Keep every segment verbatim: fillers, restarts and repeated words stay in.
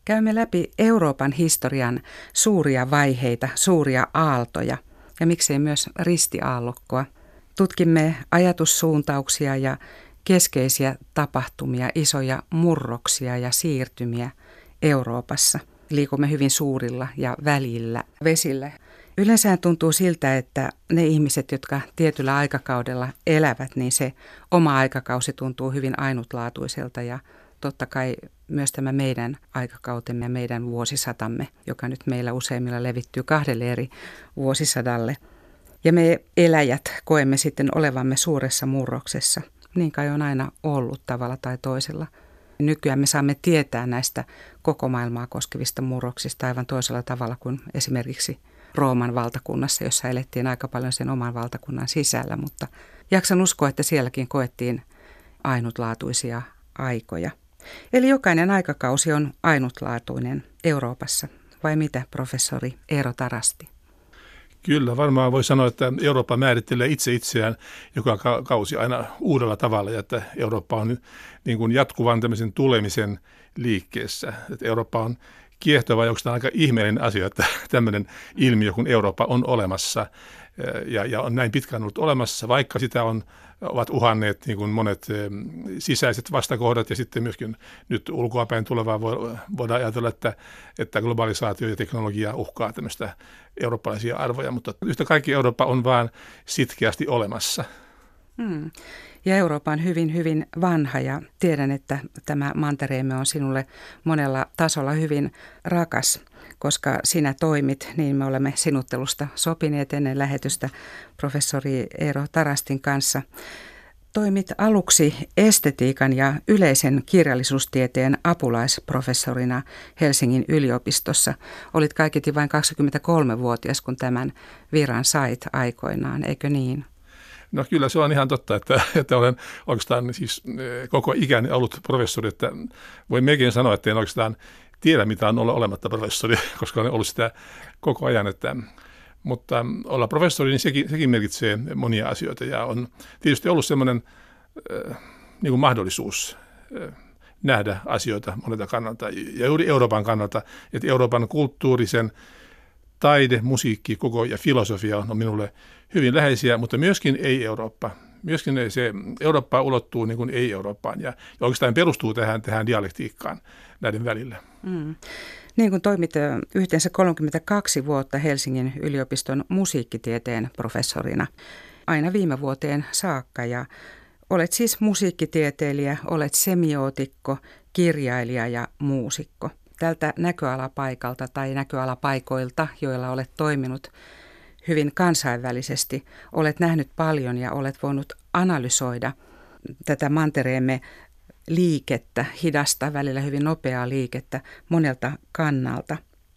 Käymme läpi Euroopan historian suuria vaiheita, suuria aaltoja ja miksei myös ristiaallokkoa. Tutkimme ajatussuuntauksia ja keskeisiä tapahtumia, isoja murroksia ja siirtymiä Euroopassa. Liikumme hyvin suurilla ja välillä vesillä. Yleensä tuntuu siltä, että ne ihmiset, jotka tietyllä aikakaudella elävät, niin se oma aikakausi tuntuu hyvin ainutlaatuiselta ja totta kai myös tämä meidän aikakautemme ja meidän vuosisatamme, joka nyt meillä useimmilla levittyy kahdelle eri vuosisadalle. Ja me eläjät koemme sitten olevamme suuressa murroksessa, niin kai on aina ollut tavalla tai toisella. Nykyään me saamme tietää näistä koko maailmaa koskevista murroksista aivan toisella tavalla kuin esimerkiksi Rooman valtakunnassa, jossa elettiin aika paljon sen oman valtakunnan sisällä, mutta jaksan uskoa, että sielläkin koettiin ainutlaatuisia aikoja. Eli jokainen aikakausi on ainutlaatuinen Euroopassa, vai mitä, professori Eero Tarasti? Kyllä, varmaan voi sanoa, että Eurooppa määrittelee itse itseään joka kausi aina uudella tavalla, ja että Eurooppa on niin kuin jatkuvan tämmöisen tulemisen liikkeessä. Että Eurooppa on kiehtova ja onko tämä aika ihmeellinen asia, että tämmöinen ilmiö kuin Eurooppa on olemassa ja, ja on näin pitkään ollut olemassa, vaikka sitä on, ovat uhanneet niin kuin monet sisäiset vastakohdat ja sitten myöskin nyt ulkoapäin tulevaa voidaan ajatella, että, että globalisaatio ja teknologia uhkaa tämmöistä eurooppalaisia arvoja, mutta yhtä kaikki Eurooppa on vaan sitkeästi olemassa. Hmm. Ja Eurooppa on hyvin, hyvin vanha ja tiedän, että tämä mantereemme on sinulle monella tasolla hyvin rakas, koska sinä toimit, niin me olemme sinuttelusta sopineet ennen lähetystä professori Eero Tarastin kanssa. Toimit aluksi estetiikan ja yleisen kirjallisuustieteen apulaisprofessorina Helsingin yliopistossa. Olit kaiketi vain kaksikymmentäkolmevuotias, kun tämän viran sait aikoinaan, eikö niin? No kyllä se on ihan totta, että, että olen oikeastaan siis koko ikäni ollut professori, että voi melkein sanoa, että en oikeastaan tiedä, mitä on olla olematta professori, koska olen ollut sitä koko ajan, että, mutta olla professori, niin sekin, sekin merkitsee monia asioita ja on tietysti ollut semmoinen äh, niin kuin mahdollisuus äh, nähdä asioita monelta kannalta ja juuri Euroopan kannalta, että Euroopan kulttuurisen taide, musiikki, koko ja filosofia on minulle hyvin läheisiä, mutta myöskin ei-Eurooppa. Myöskin se Eurooppa ulottuu niin kuin ei-Eurooppaan ja oikeastaan perustuu tähän, tähän dialektiikkaan näiden välillä. Mm. Niin kuin toimit yhteensä kolmekymmentäkaksi vuotta Helsingin yliopiston musiikkitieteen professorina aina viime vuoteen saakka ja olet siis musiikkitieteilijä, olet semiootikko, kirjailija ja muusikko. Tältä näköalapaikalta tai näköalapaikoilta, joilla olet toiminut hyvin kansainvälisesti, olet nähnyt paljon ja olet voinut analysoida tätä mantereemme liikettä, hidasta, välillä hyvin nopeaa liikettä monelta kannalta.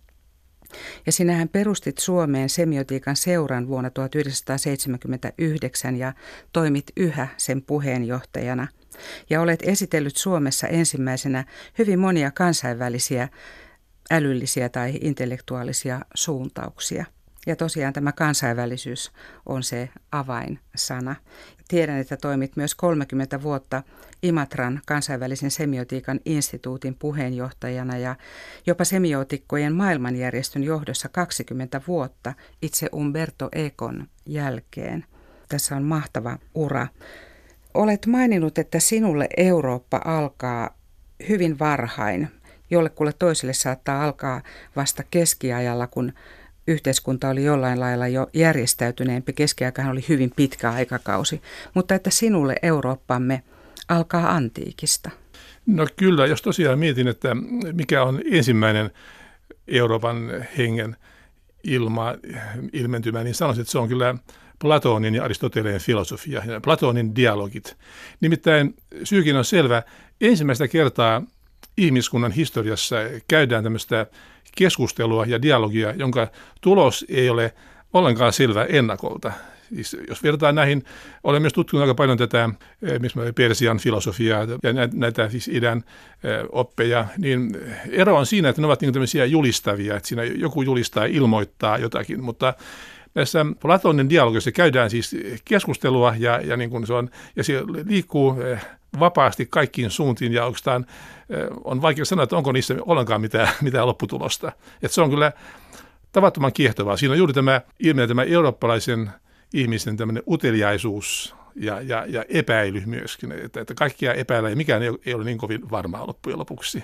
Ja sinähän perustit Suomeen semiotiikan seuran vuonna tuhatyhdeksänsataaseitsemänkymmentäyhdeksän ja toimit yhä sen puheenjohtajana. Ja olet esitellyt Suomessa ensimmäisenä hyvin monia kansainvälisiä älyllisiä tai intellektuaalisia suuntauksia. Ja tosiaan tämä kansainvälisyys on se avainsana. Tiedän, että toimit myös kolmekymmentä vuotta Imatran kansainvälisen semiotiikan instituutin puheenjohtajana ja jopa semiootikkojen maailmanjärjestön johdossa kaksikymmentä vuotta itse Umberto Econ jälkeen. Tässä on mahtava ura. Olet maininnut, että sinulle Eurooppa alkaa hyvin varhain. Jollekulle toiselle saattaa alkaa vasta keskiajalla, kun yhteiskunta oli jollain lailla jo järjestäytyneempi. Keskiaikahan oli hyvin pitkä aikakausi, mutta että sinulle Eurooppamme alkaa antiikista. No kyllä, jos tosiaan mietin, että mikä on ensimmäinen Euroopan hengen ilma, ilmentymä, niin sanoisin, että se on kyllä Platonin ja Aristoteleen filosofia ja Platonin dialogit. Nimittäin syykin on selvä. Ensimmäistä kertaa ihmiskunnan historiassa käydään tämmöistä keskustelua ja dialogia, jonka tulos ei ole ollenkaan selvä ennakolta. Siis jos verrataan näihin, olen myös tutkinut aika paljon tätä Persian filosofiaa ja näitä siis idän oppeja, niin ero on siinä, että ne ovat niin tämmöisiä julistavia, että siinä joku julistaa ja ilmoittaa jotakin, mutta näissä Platonin dialogissa käydään siis keskustelua ja, ja, niin kuin se on, ja se liikkuu vapaasti kaikkiin suuntiin ja oikeastaan on vaikea sanoa, että onko niissä ollenkaan mitään, mitään lopputulosta. Että se on kyllä tavattoman kiehtovaa. Siinä on juuri tämä ilmiö, tämä eurooppalaisen ihmisen tämmöinen uteliaisuus ja, ja, ja epäily myöskin, että, että kaikkia epäillä ja mikään ei, ei ole niin kovin varmaa loppujen lopuksi.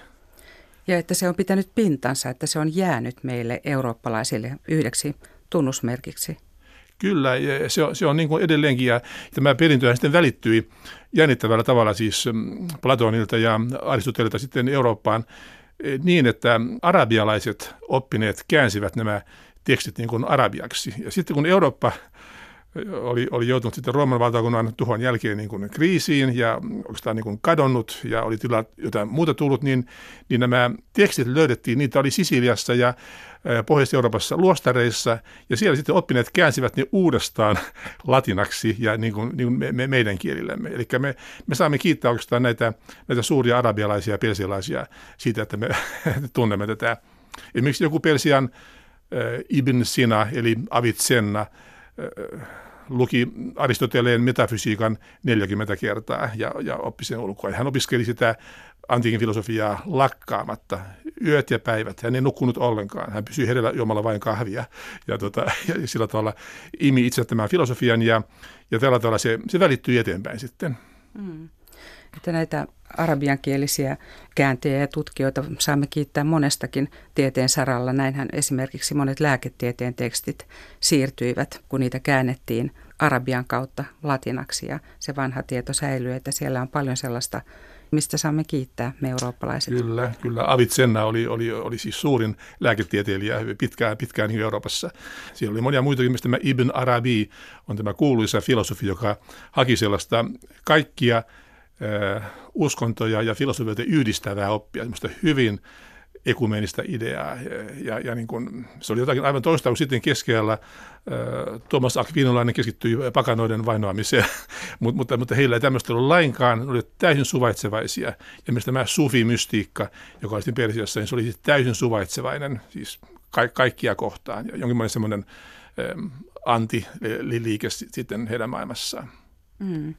Ja että se on pitänyt pintansa, että se on jäänyt meille eurooppalaisille yhdeksi tunnusmerkiksi. Kyllä, se on, se on niin kuin edelleenkin, ja tämä perintöhän sitten välittyi jännittävällä tavalla siis Platonilta ja Aristotelilta sitten Eurooppaan niin, että arabialaiset oppineet käänsivät nämä tekstit niin kuin arabiaksi. Ja sitten kun Eurooppa oli, oli joutunut sitten Rooman valtakunnan tuhon jälkeen niin kuin kriisiin ja oikeastaan niin kuin kadonnut ja oli tila jotain muuta tullut, niin, niin nämä tekstit löydettiin, niitä oli Sisiliassa ja Pohjois-Euroopassa luostareissa, ja siellä sitten oppineet käänsivät ne uudestaan latinaksi ja niin kuin, niin kuin me, me, meidän kielillämme. Eli me, me saamme kiittää oikeastaan näitä, näitä suuria arabialaisia ja persialaisia siitä, että me tunnemme tätä. Esimerkiksi joku Persian äh, Ibn Sina, eli Avicenna, äh, luki Aristoteleen metafysiikan neljäkymmentä kertaa ja, ja oppi sen ulkoa. Hän opiskeli sitä antiikin filosofiaa lakkaamatta yöt ja päivät. Hän ei nukkunut ollenkaan. Hän pysyi hereillä juomalla vain kahvia ja, tota, ja sillä tavalla imi itse tämän filosofian ja, ja tällä tavalla se, se välittyi eteenpäin sitten. Mm. Että näitä arabiankielisiä kääntäjiä ja tutkijoita saamme kiittää monestakin tieteen saralla. Näinhän esimerkiksi monet lääketieteen tekstit siirtyivät, kun niitä käännettiin arabian kautta latinaksi ja se vanha tieto säilyy, että siellä on paljon sellaista, mistä saamme kiittää me eurooppalaiset. Kyllä, kyllä. Avicenna oli, oli, oli siis suurin lääketieteilijä pitkään, pitkään Euroopassa. Siellä oli monia muitakin, mistä tämä Ibn Arabi on tämä kuuluisa filosofi, joka haki sellaista kaikkia äh, uskontoja ja filosofioita yhdistävää oppia, semmoista hyvin ekumeenista ideaa. Ja, ja, ja niin kuin, se oli jotakin aivan toista kuin sitten keskellä. Tuomas Akvinolainen keskittyi pakanoiden vainoamiseen, mutta, mutta, mutta heillä ei tämmöistä ollut lainkaan. Ne olivat täysin suvaitsevaisia. Ja myös tämä sufi-mystiikka, joka oli sitten Persiassa, niin se oli siis täysin suvaitsevainen, siis ka- kaikkia kohtaan. Ja jonkinlainen semmoinen ähm, anti-liike sitten heidän maailmassaan. Mm.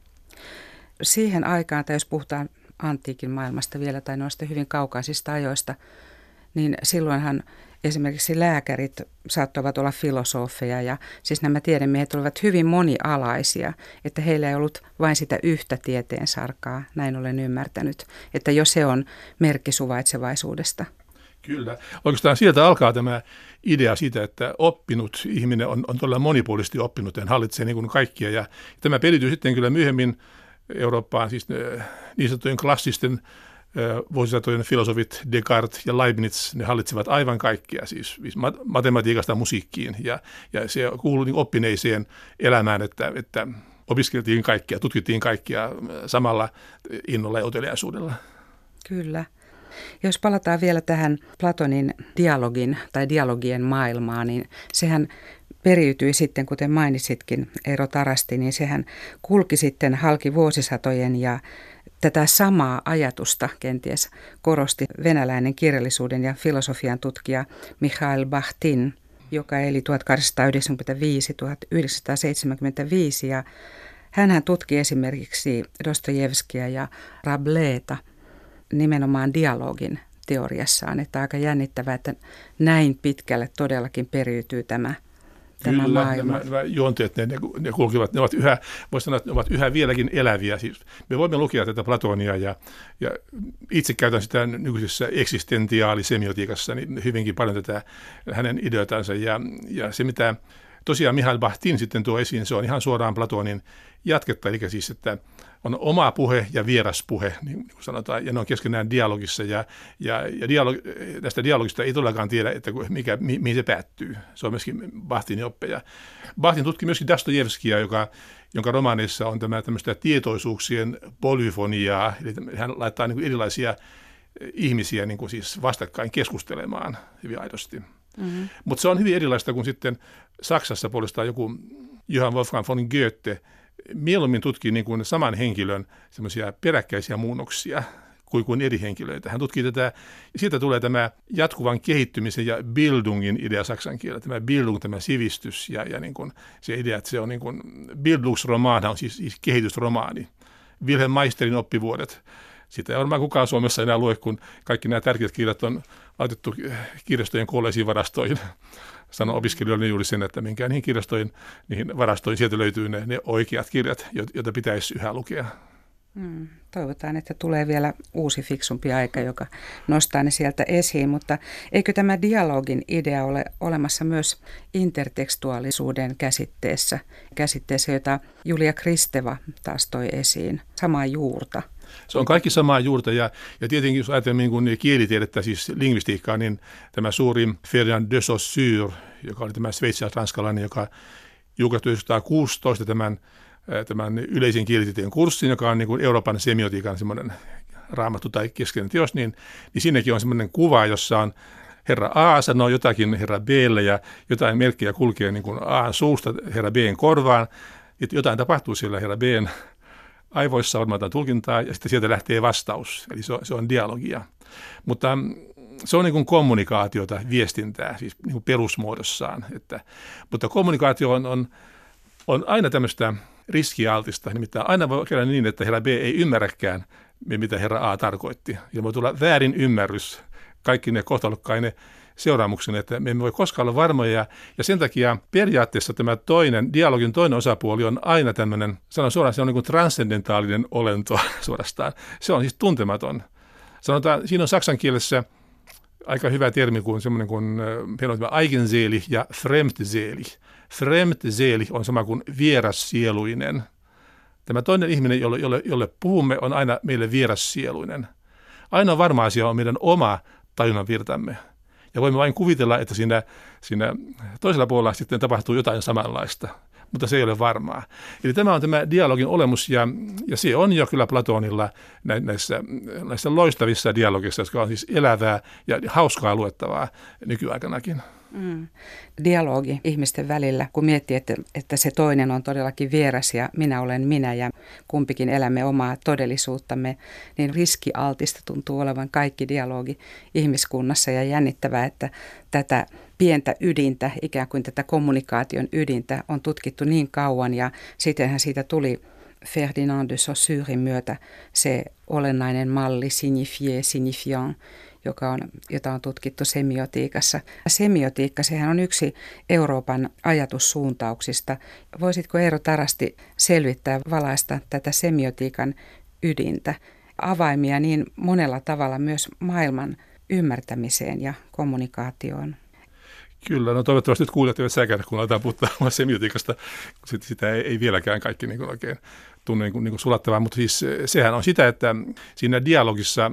Siihen aikaan, tai jos puhutaan antiikin maailmasta vielä tai noista hyvin kaukaisista ajoista, niin silloinhan esimerkiksi lääkärit saattoivat olla filosofeja ja siis nämä tiedemiehet olivat hyvin monialaisia, että heillä ei ollut vain sitä yhtä tieteen sarkaa, näin olen ymmärtänyt, että jo se on merkki suvaitsevaisuudesta. Kyllä. Oikeastaan sieltä alkaa tämä idea siitä, että oppinut ihminen on, on todella monipuolisesti oppinut ja hallitsee niin kuin kaikkia ja tämä periytyy sitten kyllä myöhemmin Eurooppaan, siis niin sanottujen klassisten vuosisatojen filosofit Descartes ja Leibniz, ne hallitsivat aivan kaikkia, siis matematiikasta musiikkiin ja, ja se kuului niin oppineiseen elämään, että, että opiskeltiin kaikkia, tutkittiin kaikkia samalla innolla ja uteliaisuudella. Kyllä. Ja jos palataan vielä tähän Platonin dialogin tai dialogien maailmaan, niin sehän periytyi sitten, kuten mainitsitkin, Eero Tarasti, niin sehän kulki sitten halki vuosisatojen ja tätä samaa ajatusta kenties korosti venäläinen kirjallisuuden ja filosofian tutkija Mikhail Bakhtin, joka eli tuhatkahdeksansataayhdeksänkymmentäviisi tuhatyhdeksänsataaseitsemänkymmentäviisi ja hänhän tutki esimerkiksi Dostojevskia ja Rabelaista nimenomaan dialogin teoriassaan, että aika jännittävää, että näin pitkälle todellakin periytyy tämä Tämä Kyllä, maailma. nämä, nämä juonteet, ne, ne kulkivat, ne ovat yhä, voisi sanoa, että ne ovat yhä vieläkin eläviä. Siis me voimme lukea tätä Platonia ja, ja itse käytän sitä nykyisessä eksistentiaalisemiotiikassa niin hyvinkin paljon tätä hänen ideoitansa. Ja, ja se, mitä tosiaan Mikhail Bakhtin sitten tuo esiin, se on ihan suoraan Platonin jatketta, eli siis, että on oma puhe ja vieras puhe, niin kuin sanotaan, ja ne on keskenään dialogissa, ja, ja, ja dialog, tästä dialogista ei todellakaan tiedä, että mikä, mi, mihin se päättyy. Se on myöskin Bakhtinin oppeja. Bakhtin tutki myöskin Dostojevskia, joka, jonka romaaneissa on tämä tämmöistä tietoisuuksien polyfoniaa, eli hän laittaa niin kuin erilaisia ihmisiä niin kuin siis vastakkain keskustelemaan hyvin aidosti. Mm-hmm. Mutta se on hyvin erilaista kuin sitten Saksassa puolestaan joku Johann Wolfgang von Goethe mieluummin tutkii niin kuin saman henkilön semmoisia peräkkäisiä muunnoksia kuin, kuin eri henkilöitä. Hän tutkii tätä, ja siitä tulee tämä jatkuvan kehittymisen ja Bildungin idea saksan kielellä. Tämä Bildung, tämä sivistys ja, ja niin kuin se idea, että se on niin kuin Bildungsromaan on siis, siis kehitysromaani. Wilhelm Meisterin oppivuodet. Sitä ei varmaan kukaan Suomessa enää lue, kun kaikki nämä tärkeät kirjat on laitettu kirjastojen kuolleisiin varastoihin. Sanon opiskelijoille juuri sen, että menkää niihin kirjastoihin, niihin varastoihin, sieltä löytyy ne, ne oikeat kirjat, joita pitäisi yhä lukea. Hmm, toivotaan, että tulee vielä uusi fiksumpi aika, joka nostaa ne sieltä esiin, mutta eikö tämä dialogin idea ole olemassa myös intertekstuaalisuuden käsitteessä, käsitteessä, jota Julia Kristeva taas toi esiin, samaa juurta? Se on kaikki samaa juurta ja, ja tietenkin jos ajatellaan niin kielitiedettä, siis lingvistiikkaa, niin tämä suuri Ferdinand de Saussure, joka oli tämä sveitsiläis-ranskalainen, joka julkaisi tuhatyhdeksänsataakuusitoista tämän, tämän yleisen kielitieteen kurssin, joka on niin kuin Euroopan semiotiikan semmoinen raamattu tai keskeinen teos, niin, niin siinäkin on semmoinen kuva, jossa on herra A sanoo jotakin herra B:lle ja jotain merkkiä kulkee niin kuin A:n suusta herra B:n korvaan, että jotain tapahtuu siellä herra B:n aivoissa varmaan tulkintaa, ja sitten sieltä lähtee vastaus, eli se on, se on dialogia. Mutta se on niin kuin kommunikaatiota, viestintää, siis niin kuin perusmuodossaan. Että, mutta kommunikaatio on, on, on aina tämmöistä riskialtista, nimittäin aina voi käydä niin, että herra B ei ymmärräkään, mitä herra A tarkoitti. Ja voi tulla väärin ymmärrys, kaikki ne kohtalokkaine seuraamuksen, että me emme voi koskaan olla varmoja, ja sen takia periaatteessa tämä toinen, dialogin toinen osapuoli on aina tämmöinen, sanon suoraan, se on niin kuin transcendentaalinen olento suorastaan. Se on siis tuntematon. Sanotaan, siinä on saksan kielessä aika hyvä termi kuin semmoinen kuin Eigenselig ja Fremdselig. Fremdselig on sama kuin vierassieluinen. Tämä toinen ihminen, jolle, jolle, jolle puhumme, on aina meille vierassieluinen. Ainoa varma asia on meidän oma tajunnan virtamme. Ja voimme vain kuvitella, että siinä, siinä toisella puolella sitten tapahtuu jotain samanlaista, mutta se ei ole varmaa. Eli tämä on tämä dialogin olemus, ja, ja se on jo kyllä Platonilla näissä, näissä loistavissa dialogissa, jotka on siis elävää ja hauskaa luettavaa nykyaikanakin. Mm. Dialogi ihmisten välillä, kun miettii, että, että se toinen on todellakin vieras ja minä olen minä ja kumpikin elämme omaa todellisuuttamme, niin riskialtista tuntuu olevan kaikki dialogi ihmiskunnassa ja jännittävää, että tätä pientä ydintä, ikään kuin tätä kommunikaation ydintä on tutkittu niin kauan ja sittenhän siitä tuli Ferdinand de Saussuren myötä se olennainen malli signifié, signifiant, joka on, jota on tutkittu semiotiikassa. Semiotiikka, sehän on yksi Euroopan ajatussuuntauksista. Voisitko Eero Tarasti selvittää, valaista tätä semiotiikan ydintä, avaimia niin monella tavalla myös maailman ymmärtämiseen ja kommunikaatioon? Kyllä, no toivottavasti nyt kuulijat eivät säkäydä, kun aletaan puhumaan semiotiikasta. Sitä, sitä ei, ei vieläkään kaikki niin kuin oikein tunne niin kuin, niin kuin sulattavaa, mutta siis sehän on sitä, että siinä dialogissa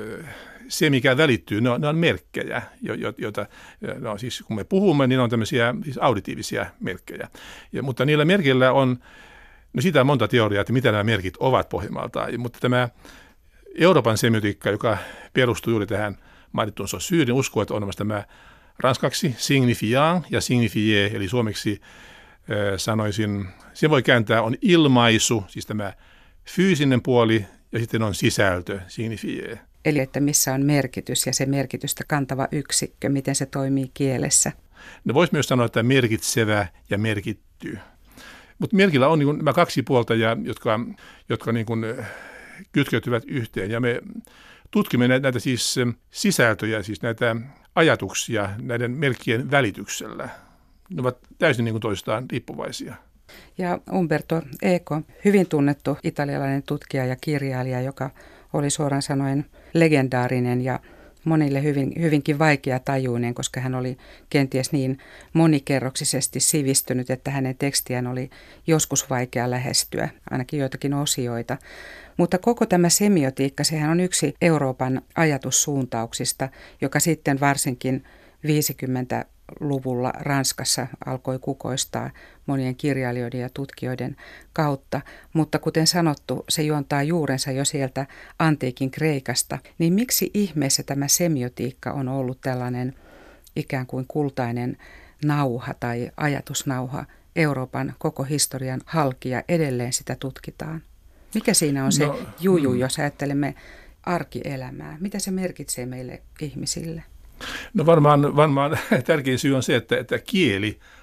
se, mikä välittyy, ne on, ne on merkkejä, joita, no siis kun me puhumme, niin ne on tämmöisiä siis auditiivisia merkkejä. Ja, mutta niillä merkeillä on, no siitä on monta teoriaa, että mitä nämä merkit ovat pohjimmaltaan, mutta tämä Euroopan semiotiikka, joka perustuu juuri tähän mainittuun Saussuren, uskoo, että on olemassa tämä ranskaksi signifiant ja signifié, eli suomeksi äh, sanoisin, se voi kääntää, on ilmaisu, siis tämä fyysinen puoli, ja sitten on sisältö, signifié. Eli että missä on merkitys ja se merkitystä kantava yksikkö, miten se toimii kielessä. No voisi myös sanoa, että merkitsevä ja merkitty. Mutta merkillä on niin kuin nämä kaksi puolta, ja, jotka, jotka niin kuin kytkeytyvät yhteen, ja me tutkimme näitä siis sisältöjä, siis näitä ajatuksia näiden merkkien välityksellä. Ne ovat täysin niin kuin toistaan riippuvaisia. Ja Umberto Eco, hyvin tunnettu italialainen tutkija ja kirjailija, joka oli suoraan sanoen legendaarinen ja monille hyvin, hyvinkin vaikeatajuinen, koska hän oli kenties niin monikerroksisesti sivistynyt, että hänen tekstiään oli joskus vaikea lähestyä, ainakin joitakin osioita. Mutta koko tämä semiotiikka, sehän on yksi Euroopan ajatussuuntauksista, joka sitten varsinkin viisikymmentäluvulla Ranskassa alkoi kukoistaa monien kirjailijoiden ja tutkijoiden kautta. Mutta kuten sanottu, se juontaa juurensa jo sieltä antiikin Kreikasta. Niin miksi ihmeessä tämä semiotiikka on ollut tällainen ikään kuin kultainen nauha tai ajatusnauha Euroopan koko historian halki ja edelleen sitä tutkitaan? Mikä siinä on se no, juju, jos ajattelemme arkielämää? Mitä se merkitsee meille ihmisille? No varmaan, varmaan tärkein syy on se, että, että kieli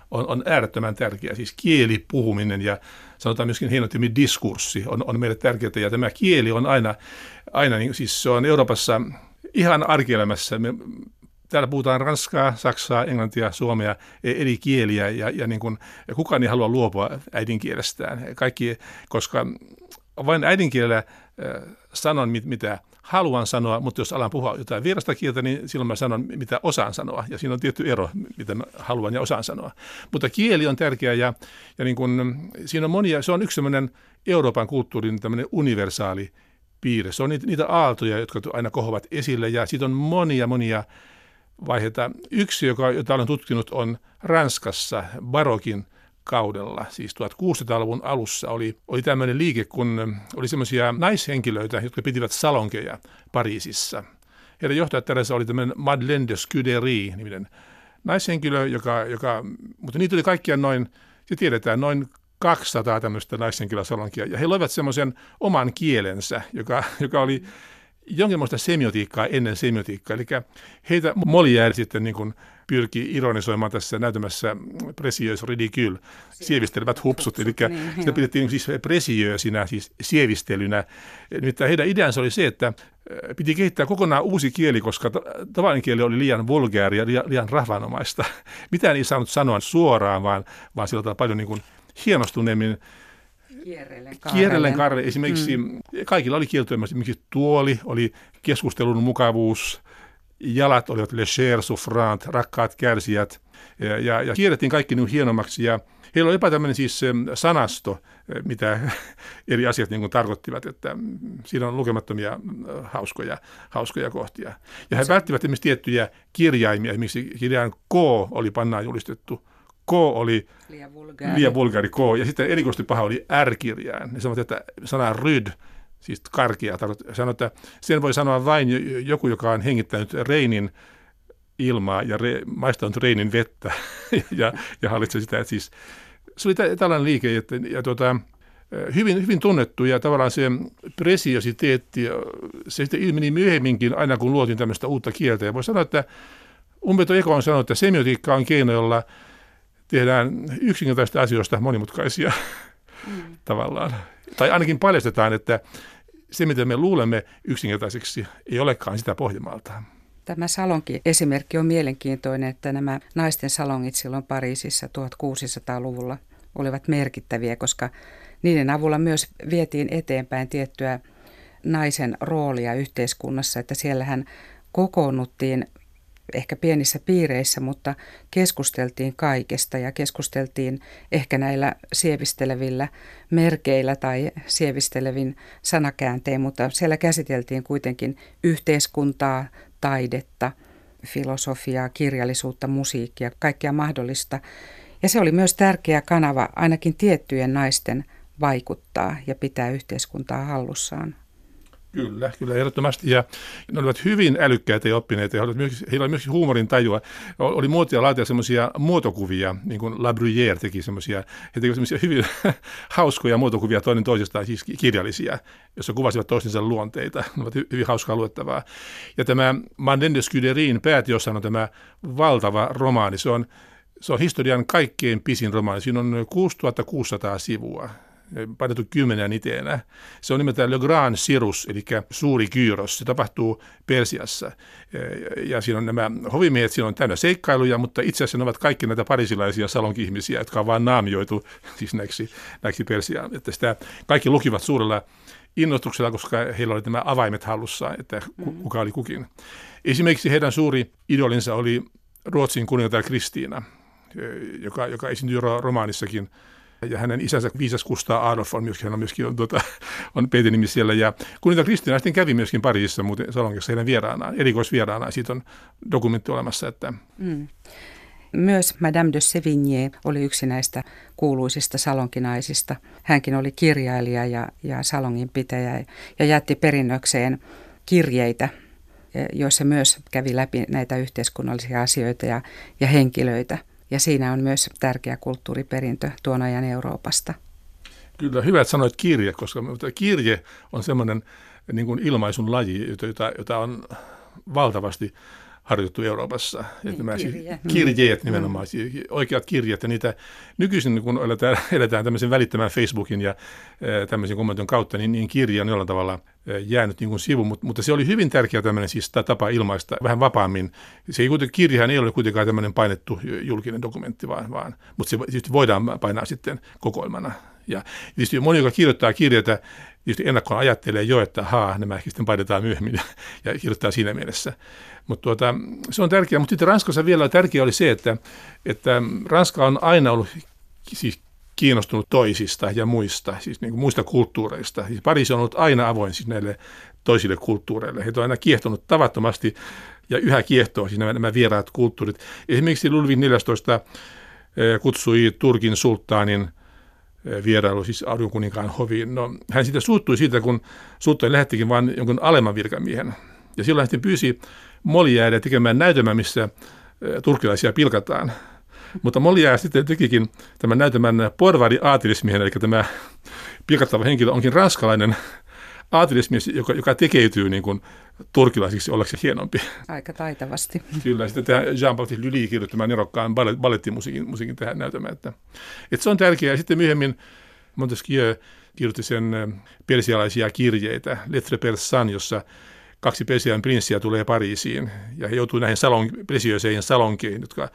on, on äärettömän tärkeä. Siis kielipuhuminen ja sanotaan myöskin hienommin diskurssi on, on meille tärkeää. Ja tämä kieli on aina, aina niin, siis se on Euroopassa ihan arkielämässä. Me, täällä puhutaan ranskaa, saksaa, englantia, suomea, eri kieliä ja, ja, niin kuin, ja kukaan ei halua luopua äidinkielestään. Kaikki, koska vain äidinkielellä äh, sanon, mit, mitä haluan sanoa, mutta jos alan puhua jotain vierasta kieltä, niin silloin mä sanon, mitä osaan sanoa. Ja siinä on tietty ero, mitä mä haluan ja osaan sanoa. Mutta kieli on tärkeä ja, ja niin kun, siinä on monia, se on yksi sellainen Euroopan kulttuurin tämmöinen universaali piirre. Se on niitä, niitä aaltoja, jotka aina kohovat esille ja siitä on monia, monia vaiheita. Yksi, joka, jota olen tutkinut, on Ranskassa barokin kaudella, siis tuhatkuusisataaluvun alussa, oli, oli tämmöinen liike, kun oli semmoisia naishenkilöitä, jotka pitivät salonkeja Pariisissa. Heidän johtajat tällaisessa oli tämmöinen Madeleine de Scudéry-niminen naishenkilö, joka, joka, mutta niitä oli kaikkiaan noin, se tiedetään, noin kaksisataa tämmöistä naishenkilösalonkia, ja he loivat semmoisen oman kielensä, joka, joka oli jonkinlaista semiotiikkaa ennen semiotiikkaa, eli heitä Molière sitten niin kuin pyrki ironisoimaan tässä näytelmässä précieuse ridicule, sievistelevät hupsut, eli niin, sitä pidettiin siis précieusinä, siis sievistelynä. Nimittäin heidän ideansa oli se, että piti kehittää kokonaan uusi kieli, koska tavallinen kieli oli liian vulgaaria, liian rahvanomaista. Mitään ei saanut sanoa suoraan, vaan, vaan sillä tavalla paljon niin kuin hienostuneemmin. Kierrellen kaarelle. Esimerkiksi mm. kaikilla oli kieltoja, esimerkiksi tuoli, oli keskustelun mukavuus, jalat olivat le cher souffrant, rakkaat kärsijät, ja, ja, ja kierrettiin kaikki niin hienommaksi, ja heillä oli jopa tämmöinen siis sanasto, mitä eri asiat niin kuin tarkoittivat, että siinä on lukemattomia hauskoja, hauskoja kohtia. Ja he se välttivät esimerkiksi tiettyjä kirjaimia, esimerkiksi kirjain K oli pannaan julistettu, K oli liian vulgaari. liian vulgaari K, ja sitten erikoisesti paha oli R-kirjain. Ne sanoivat, että sana ryd, siis karkea, sanoi, että sen voi sanoa vain joku, joka on hengittänyt Reinin ilmaa ja re, maistanut Reinin vettä ja, ja hallitsee sitä. Että siis, se oli tällainen liike, että, ja tuota, hyvin, hyvin tunnettu, ja tavallaan se presiositeetti, se sitten ilmeni myöhemminkin, aina kun luotiin tämmöistä uutta kieltä. Ja voi sanoa, että Umberto Eco on sanonut, että semiotiikka on keino, jolla tehdään yksinkertaisista asioista monimutkaisia mm. tavallaan. Tai ainakin paljastetaan, että se, mitä me luulemme yksinkertaiseksi, ei olekaan sitä Pohjanmaalta. Tämä salonki-esimerkki on mielenkiintoinen, että nämä naisten salongit silloin Pariisissa tuhatkuusisataaluvulla olivat merkittäviä, koska niiden avulla myös vietiin eteenpäin tiettyä naisen roolia yhteiskunnassa, että siellähän kokoonnuttiin ehkä pienissä piireissä, mutta keskusteltiin kaikesta ja keskusteltiin ehkä näillä sievistelevillä merkeillä tai sievistelevin sanakääntein, mutta siellä käsiteltiin kuitenkin yhteiskuntaa, taidetta, filosofiaa, kirjallisuutta, musiikkia, kaikkea mahdollista. Ja se oli myös tärkeä kanava ainakin tiettyjen naisten vaikuttaa ja pitää yhteiskuntaa hallussaan. Kyllä, kyllä ehdottomasti. Ja ne olivat hyvin älykkäitä ja oppineita. Ja heillä oli myös huumorin tajua. Oli muotia laatia semmoisia muotokuvia, niin kuin La Bruyère teki semmoisia. He tekivät semmoisia hyvin hauskoja muotokuvia toinen toisestaan, siis kirjallisia, jossa kuvasivat toistensa luonteita. Ne ovat hyvin hauskaa luettavaa. Ja tämä Madeleine de Scudéryn pääteossa on tämä valtava romaani. Se on, se on historian kaikkein pisin romaani. Siinä on kuusituhatta kuusisataa sivua. Painettu kymmenen iteenä. Se on nimeltään Le Grand Cyrus, eli suuri Kyros. Se tapahtuu Persiassa. Ja siinä on nämä hovimiehet, siinä on täynnä seikkailuja, mutta itse asiassa ne ovat kaikki näitä parisilaisia salonki-ihmisiä, jotka on vaan naamioitu siis näiksi, näiksi Persiaan. Että sitä kaikki lukivat suurella innostuksella, koska heillä oli nämä avaimet hallussa, että kuka oli kukin. Esimerkiksi heidän suuri idolinsa oli Ruotsin kuningatar Kristiina, joka, joka esiintyy romaanissakin. Ja hänen isänsä viisas Kustaa Adolf on myöskin, hän on myöskin on, tuota, on peitinimi siellä. Ja kuningatar Kristiina sitten kävi myöskin Pariisissa muuten salongissa heidän vieraanaan, erikoisvieraanaan. Siitä on dokumentti olemassa. Että. Mm. Myös Madame de Sévigné oli yksi näistä kuuluisista salonkinaisista. Hänkin oli kirjailija ja, ja salonginpitäjä ja jätti perinnökseen kirjeitä, joissa myös kävi läpi näitä yhteiskunnallisia asioita ja, ja henkilöitä. Ja siinä on myös tärkeä kulttuuriperintö tuon ajan Euroopasta. Kyllä, hyvä, että sanoit kirje, koska kirje on semmoinen niin kuin ilmaisun laji, jota, jota on valtavasti harjoitettu Euroopassa. Niin, nämä kirje. kirjeet nimenomaan, mm. siis oikeat kirjeet. Ja niitä nykyisin, kun eletään, eletään tämmöisen välittämään Facebookin ja tämmöisen kommentin kautta, niin, niin kirja on jollain tavalla jäänyt niin kuin sivu. Mutta, mutta se oli hyvin tärkeä tämmöinen siis tapa ilmaista vähän vapaammin. Se ei kuitenkaan, kirjahan ei ole kuitenkaan tämmöinen painettu julkinen dokumentti, vaan, vaan mutta se tietysti voidaan painaa sitten kokoelmana. Ja tietysti moni, joka kirjoittaa kirjeitä, tietysti ennakkoon ajattelee jo, että haa, nämä ehkä sitten painetaan myöhemmin ja, ja kirjoittaa siinä mielessä. Mutta tuota, se on tärkeää, mutta sitten Ranskassa vielä tärkeää oli se, että, että Ranska on aina ollut siis kiinnostunut toisista ja muista, siis niin kuin muista kulttuureista. Siis Pariisi on ollut aina avoin siis näille toisille kulttuureille. Heitä on aina kiehtonut tavattomasti ja yhä kiehtoo siis nämä, nämä vieraat kulttuurit. Esimerkiksi Ludwig neljästoista kutsui Turkin sulttaanin vierailu, siis Arjonkuninkaan hoviin. No, hän sitten suuttui siitä, kun sulttaani lähettikin vain jonkun alemman virkamiehen. Ja silloin hän sitten pyysi Molièrea tekemään näytelmän, missä turkkilaisia pilkataan. Mutta Molière sitten tekikin tämän näytelmän porvari aatelismiehen, eli tämä pilkattava henkilö onkin ranskalainen aatelismies, joka, joka tekeytyy niin kuin turkilaisiksi ollakseen hienompi. Aika taitavasti. Kyllä, sitten tämä Jean-Baptiste Lully kirjoittamaan nerokkaan ballettimusiikin musiikin tähän näytelmään. Että, että se on tärkeää. Ja sitten myöhemmin Montesquieu kirjoitti sen persialaisia kirjeitä, Lettre Persan, jossa kaksi Persian prinssiä tulee Pariisiin ja he joutuu näihin salon, presiöiseihin salonkeihin, jotka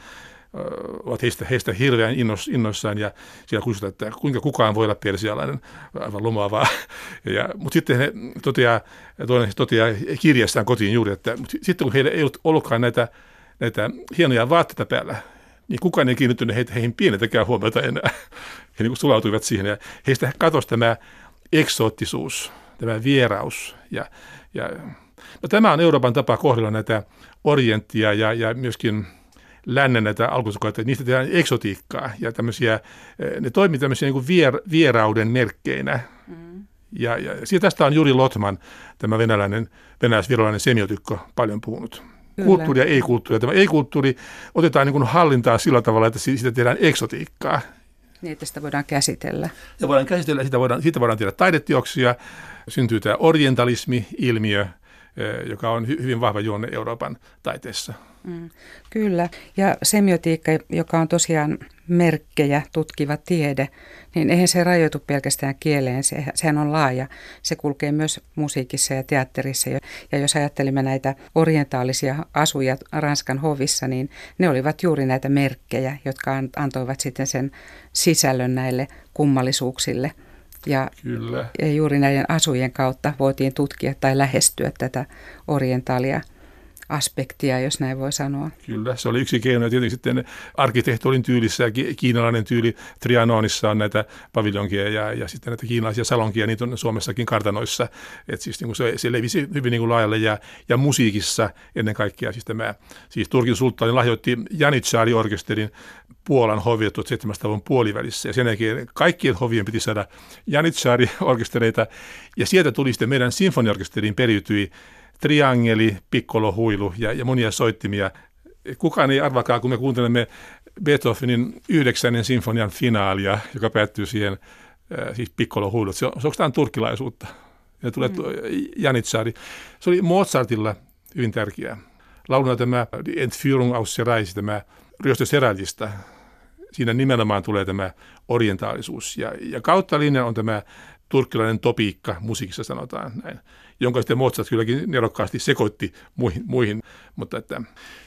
ovat heistä, heistä hirveän innos, innoissaan ja siellä kysytään, että kuinka kukaan voi olla persialainen, aivan lumoavaa. Mutta sitten he toteaa, toinen toteaa kirjassaan kotiin juuri, että sitten kun heillä ei ollut ollutkaan näitä, näitä hienoja vaatteita päällä, niin kukaan ei kiinnittynyt heitä, heihin pienetäkään huomiota enää. He niin sulautuivat siihen ja heistä katosi tämä eksoottisuus, tämä vieraus. Ja, ja, no, tämä on Euroopan tapa kohdella näitä orienttia ja, ja myöskin lännen näitä alkusukkaita, että niistä tehdään eksotiikkaa ja tämmöisiä, ne toimii tämmöisiä niin kuin vier, vierauden merkkeinä. Mm. Ja, ja siitä tästä on Juri Lotman, tämä venäläinen, venäläis-virolainen semiotikko, paljon puhunut. Kyllä. Kulttuuri ja ei-kulttuuri. Tämä ei-kulttuuri otetaan niin kuin hallintaa sillä tavalla, että siitä tehdään eksotiikkaa. Niin, että sitä voidaan käsitellä. Ja voidaan käsitellä, siitä voidaan, siitä voidaan tehdä taideteoksia, syntyy tämä orientalismi-ilmiö, joka on hyvin vahva juonne Euroopan taiteessa. Mm, kyllä, ja semiotiikka, joka on tosiaan merkkejä tutkiva tiede, niin eihän se rajoitu pelkästään kieleen, se, sehän on laaja. Se kulkee myös musiikissa ja teatterissa. Ja jos ajattelimme näitä orientaalisia asuja Ranskan hovissa, niin ne olivat juuri näitä merkkejä, jotka antoivat sitten sen sisällön näille kummallisuuksille. Ja, Kyllä. ja juuri näiden asujen kautta voitiin tutkia tai lähestyä tätä orientaalia aspektia, jos näin voi sanoa. Kyllä, se oli yksi keino. Ja tietenkin sitten arkkitehtuurin tyylissä, kiinalainen tyyli, Trianonissa on näitä paviljonkia ja, ja sitten näitä kiinalaisia salonkia, niitä on Suomessakin kartanoissa. Että siis niin kuin se, se levisi hyvin niin kuin laajalle ja, ja musiikissa ennen kaikkea. Siis, tämä, siis Turkin sulttaani lahjoitti Janitsari-orkesterin Puolan hoville tuhatseitsemänsataaluvun puolivälissä. Ja sen jälkeen kaikkien hovien piti saada Janitsari-orkestereita. Ja sieltä tuli sitten meidän sinfoniorkesteriin periytyi triangeli, piccolo, huilu ja, ja monia soittimia. Kukaan ei arvakaan, kun me kuuntelemme Beethovenin yhdeksännen sinfonian finaalia, joka päättyy siihen äh, siis piccolo, huilu. Se on, se onko tämä turkkilaisuutta? Ja tulee mm. Janitsari. Se oli Mozartilla hyvin tärkeää. Lauluna tämä Entführung aus Serais, tämä ryöstö Serailista. Siinä nimenomaan tulee tämä orientaalisuus. Ja, ja kautta linjan on tämä turkkilainen topiikka, musiikissa sanotaan näin, jonka sitten Mozart kylläkin nerokkaasti sekoitti muihin, muihin. Mutta että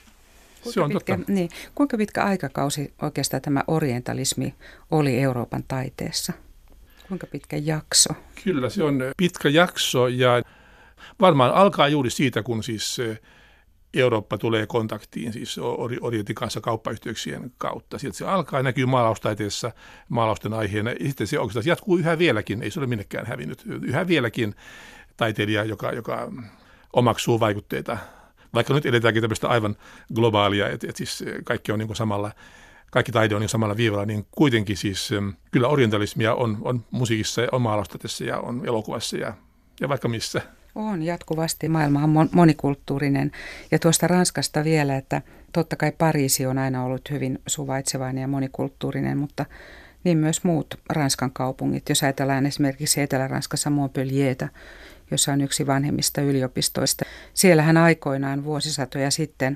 se on pitkä, totta. Niin, kuinka pitkä aikakausi oikeastaan tämä orientalismi oli Euroopan taiteessa? Kuinka pitkä jakso? Kyllä, se on pitkä jakso ja varmaan alkaa juuri siitä, kun siis Eurooppa tulee kontaktiin siis Orientin kanssa kauppayhteyksien kautta. Sieltä se alkaa, näkyy maalaustaiteessa maalausten aiheena. Ja sitten se oikeastaan jatkuu yhä vieläkin, ei se ole minnekään hävinnyt. Yhä vieläkin taiteilija, joka, joka omaksuu vaikutteita. Vaikka nyt edetäänkin tämmöistä aivan globaalia, että et siis kaikki on niin kuin samalla, kaikki taide on niin samalla viivalla, niin kuitenkin siis kyllä orientalismia on, on musiikissa ja on maalaustaiteessa ja on elokuvassa ja, ja vaikka missä. On jatkuvasti. Maailma on monikulttuurinen. Ja tuosta Ranskasta vielä, että totta kai Pariisi on aina ollut hyvin suvaitsevainen ja monikulttuurinen, mutta niin myös muut Ranskan kaupungit. Jos ajatellaan esimerkiksi Etelä-Ranskassa Montpelliertä, jossa on yksi vanhemmista yliopistoista. Siellähän aikoinaan vuosisatoja sitten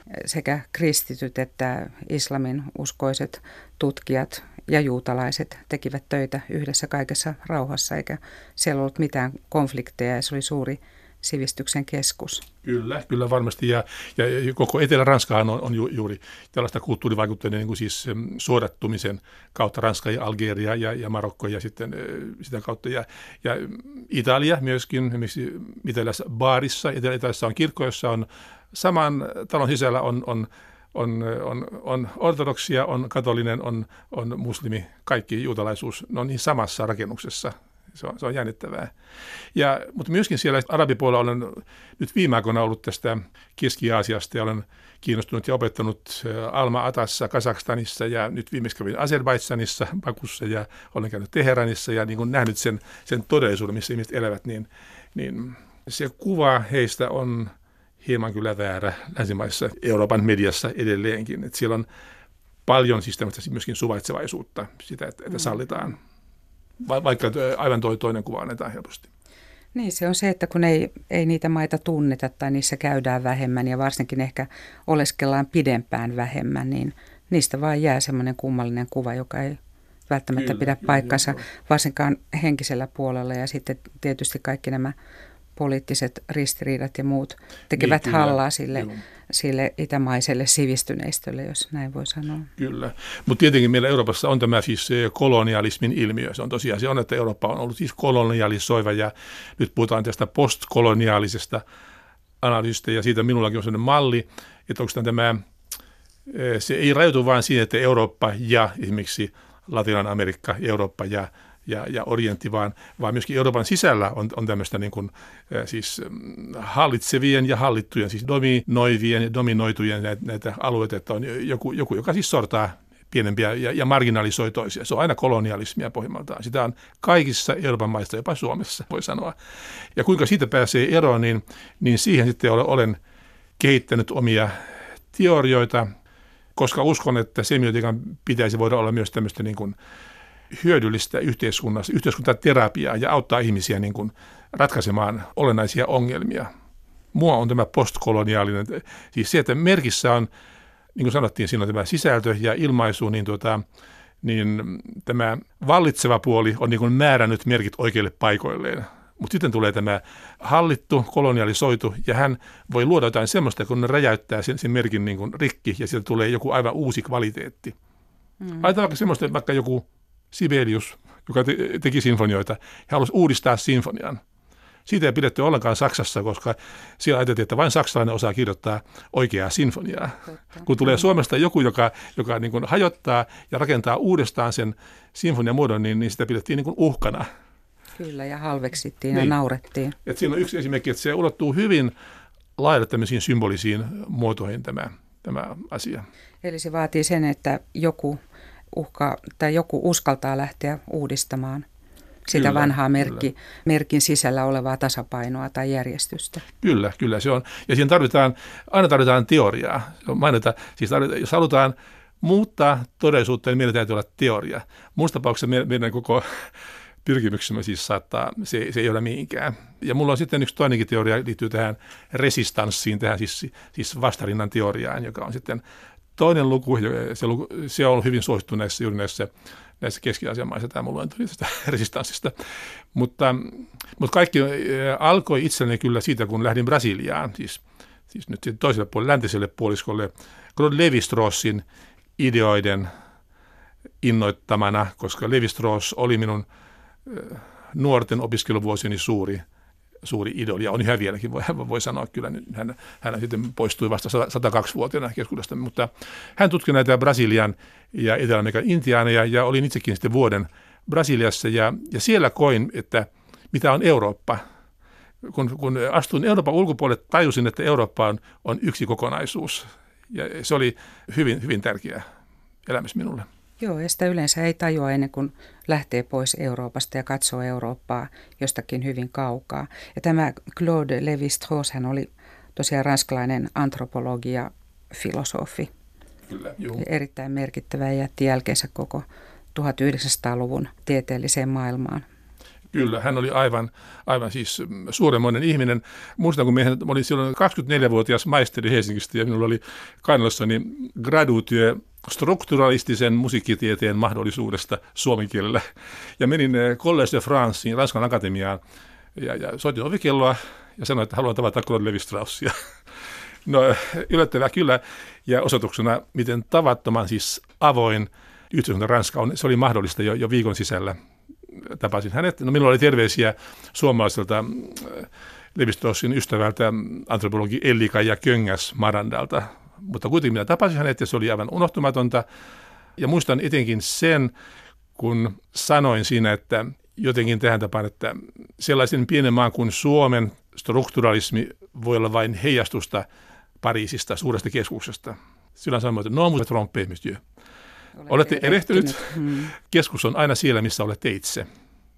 sekä kristityt että islamin uskoiset tutkijat ja juutalaiset tekivät töitä yhdessä kaikessa rauhassa, eikä siellä ollut mitään konflikteja ja se oli suuri sivistyksen keskus. Kyllä, kyllä varmasti. Ja, ja koko Etelä-Ranskahan on, on ju, juuri tällaista kulttuurivaikutteiden niin kuin siis suodattumisen kautta Ranska ja Algeria ja, ja Marokko ja sitten sitä kautta. Ja, ja Italia myöskin, esimerkiksi Italiassa Baarissa, Etelä-Italiassa on kirkko, jossa on saman talon sisällä on, on On, on, on ortodoksia, on katolinen, on, on muslimi, kaikki juutalaisuus, ne on niin samassa rakennuksessa. Se on, se on jännittävää. Ja, mutta myöskin siellä arabipuolella olen nyt viime aikoina ollut tästä Keski-Aasiasta ja olen kiinnostunut ja opettanut Alma-Atassa, Kazakstanissa ja nyt viimeksi kävin Azerbaidžanissa, Bakussa ja olen käynyt Teheranissa ja niin kuin nähnyt sen, sen todellisuuden, missä ihmiset elävät, niin, niin se kuva heistä on hieman kyllä väärä länsimaissa Euroopan mediassa edelleenkin. Että siellä on paljon siis myöskin suvaitsevaisuutta, sitä, että, että sallitaan, Va- vaikka aivan toi, toinen kuva annetaan helposti. Niin, se on se, että kun ei, ei niitä maita tunneta tai niissä käydään vähemmän ja varsinkin ehkä oleskellaan pidempään vähemmän, niin niistä vaan jää semmoinen kummallinen kuva, joka ei välttämättä kyllä, pidä kyllä, paikkansa, joo. Varsinkaan henkisellä puolella ja sitten tietysti kaikki nämä poliittiset ristiriidat ja muut tekevät niin, hallaa sille, sille itämaiselle sivistyneistölle, jos näin voi sanoa. Kyllä, mutta tietenkin meillä Euroopassa on tämä siis kolonialismin ilmiö. Se on tosiaan se on, että Eurooppa on ollut siis kolonialisoiva ja nyt puhutaan tästä postkoloniaalisesta analyysistä ja siitä minullakin on sellainen malli, että onko tämä, se ei rajoitu vain siihen, että Eurooppa ja esimerkiksi Latinan Amerikka, Eurooppa ja Ja, ja orientti, vaan, vaan myöskin Euroopan sisällä on, on tämmöistä niin kuin, äh, siis hallitsevien ja hallittujen, siis dominoivien ja dominoitujen näitä, näitä alueita, että on joku, joku, joka siis sortaa pienempiä ja, ja marginalisoi toisia. Se on aina kolonialismia pohjimmaltaan. Sitä on kaikissa Euroopan maissa, jopa Suomessa, voi sanoa. Ja kuinka siitä pääsee eroon, niin, niin siihen sitten olen kehittänyt omia teorioita, koska uskon, että semiotiikan pitäisi voida olla myös tämmöistä niin kuin hyödyllistä yhteiskunnassa, yhteiskuntaterapiaa ja auttaa ihmisiä niin kuin ratkaisemaan olennaisia ongelmia. Mua on tämä postkoloniaalinen, siis se, että merkissä on, niin kuin sanottiin, siinä on tämä sisältö ja ilmaisu, niin, tuota, niin tämä vallitseva puoli on niin kuin määrännyt merkit oikeille paikoilleen. Mutta sitten tulee tämä hallittu, kolonialisoitu, ja hän voi luoda jotain semmoista, kun ne räjäyttää sen, sen merkin niin kuin rikki, ja sieltä tulee joku aivan uusi kvaliteetti. Mm. Ajatellaan vaikka semmoista, että vaikka joku Sibelius, joka te- teki sinfonioita, ja halusi uudistaa sinfonian. Siitä ei pidetty ollenkaan Saksassa, koska siellä ajateltiin, että vain saksalainen osaa kirjoittaa oikeaa sinfoniaa. Totta. Kun tulee Suomesta joku, joka, joka niin kuin hajottaa ja rakentaa uudestaan sen sinfonian muodon, niin, niin sitä pidettiin niin kuin uhkana. Kyllä, ja halveksittiin niin. Ja naurettiin. Et siinä on yksi esimerkki, että se ulottuu hyvin laajalle tämmöisiin symbolisiin muotoihin tämä, tämä asia. Eli se vaatii sen, että joku uhkaa tai joku uskaltaa lähteä uudistamaan sitä kyllä, vanhaa merkki, merkin sisällä olevaa tasapainoa tai järjestystä. Kyllä, kyllä se on. Ja siinä tarvitaan, aina tarvitaan teoriaa. Mainita, siis tarvitaan, jos halutaan muuttaa todellisuutta, niin meillä täytyy olla teoria. Muussa tapauksessa meidän, meidän koko pyrkimyksemme siis saattaa, se, se ei ole mihinkään. Ja mulla on sitten yksi toinenkin teoria, liittyy tähän resistanssiin, tähän siis, siis vastarinnan teoriaan, joka on sitten toinen luku, se, luku, se on ollut hyvin suosittu näissä, juuri näissä, näissä Keski-Aasian maissa, tämä mulla on tästä resistanssista. Mutta, mutta kaikki alkoi itselleni kyllä siitä, kun lähdin Brasiliaan, siis, siis nyt toiselle puolelle, läntiselle puoliskolle, Claude Lévi-Strausssin ideoiden innoittamana, koska Lévi-Strauss oli minun nuorten opiskeluvuosieni suuri suuri idoli, ja on yhä vieläkin, voi, voi sanoa kyllä, hän, hän sitten poistui vasta sata kaksi-vuotiaana keskuudesta, mutta hän tutki näitä Brasilian ja Etelä-Amerikan intiaaneja, ja olin itsekin sitten vuoden Brasiliassa, ja, ja siellä koin, että mitä on Eurooppa. Kun, kun astuin Euroopan ulkopuolelle, tajusin, että Eurooppa on, on yksi kokonaisuus, ja se oli hyvin, hyvin tärkeä elämys minulle. Joo, ja sitä yleensä ei tajua ennen kuin lähtee pois Euroopasta ja katsoo Eurooppaa jostakin hyvin kaukaa. Ja tämä Claude Lévi-Strauss, hän oli tosiaan ranskalainen antropologi ja filosofi. Kyllä, joo. Erittäin merkittävä ja jätti jälkeensä koko tuhatyhdeksänsataaluvun tieteelliseen maailmaan. Kyllä, hän oli aivan, aivan siis suuremmoinen ihminen. Muistan, kun minä olin silloin kaksikymmentäneljävuotias maisteri Helsingistä ja minulla oli kainalossani gradutyö strukturalistisen musiikkitieteen mahdollisuudesta suomen kielellä. Ja menin Collège de Franceen, Ranskan akatemiaan, ja, ja soitin ovikelloa ja sanoin, että haluan tavata Claude Lévi-Straussia. No yllättävää kyllä, ja osoituksena, miten tavattoman siis avoin yhteiskunta Ranska on, se oli mahdollista jo, jo viikon sisällä. Tapasin hänet. No minulla oli terveisiä suomalaiselta Lévi-Straussin ystävältä, antropologi Elli-Kaija Köngäs Marandalta, mutta kuitenkin minä tapasin hänet ja se oli aivan unohtumatonta. Ja muistan etenkin sen, kun sanoin siinä, että jotenkin tähän tapaan, että sellaisen pienen maan kuin Suomen strukturalismi voi olla vain heijastusta Pariisista, suuresta keskuksesta. Silloin sanoin, että non vous trompez, monsieur. Olette erehtynyt. Hmm. Keskus on aina siellä, missä olette itse.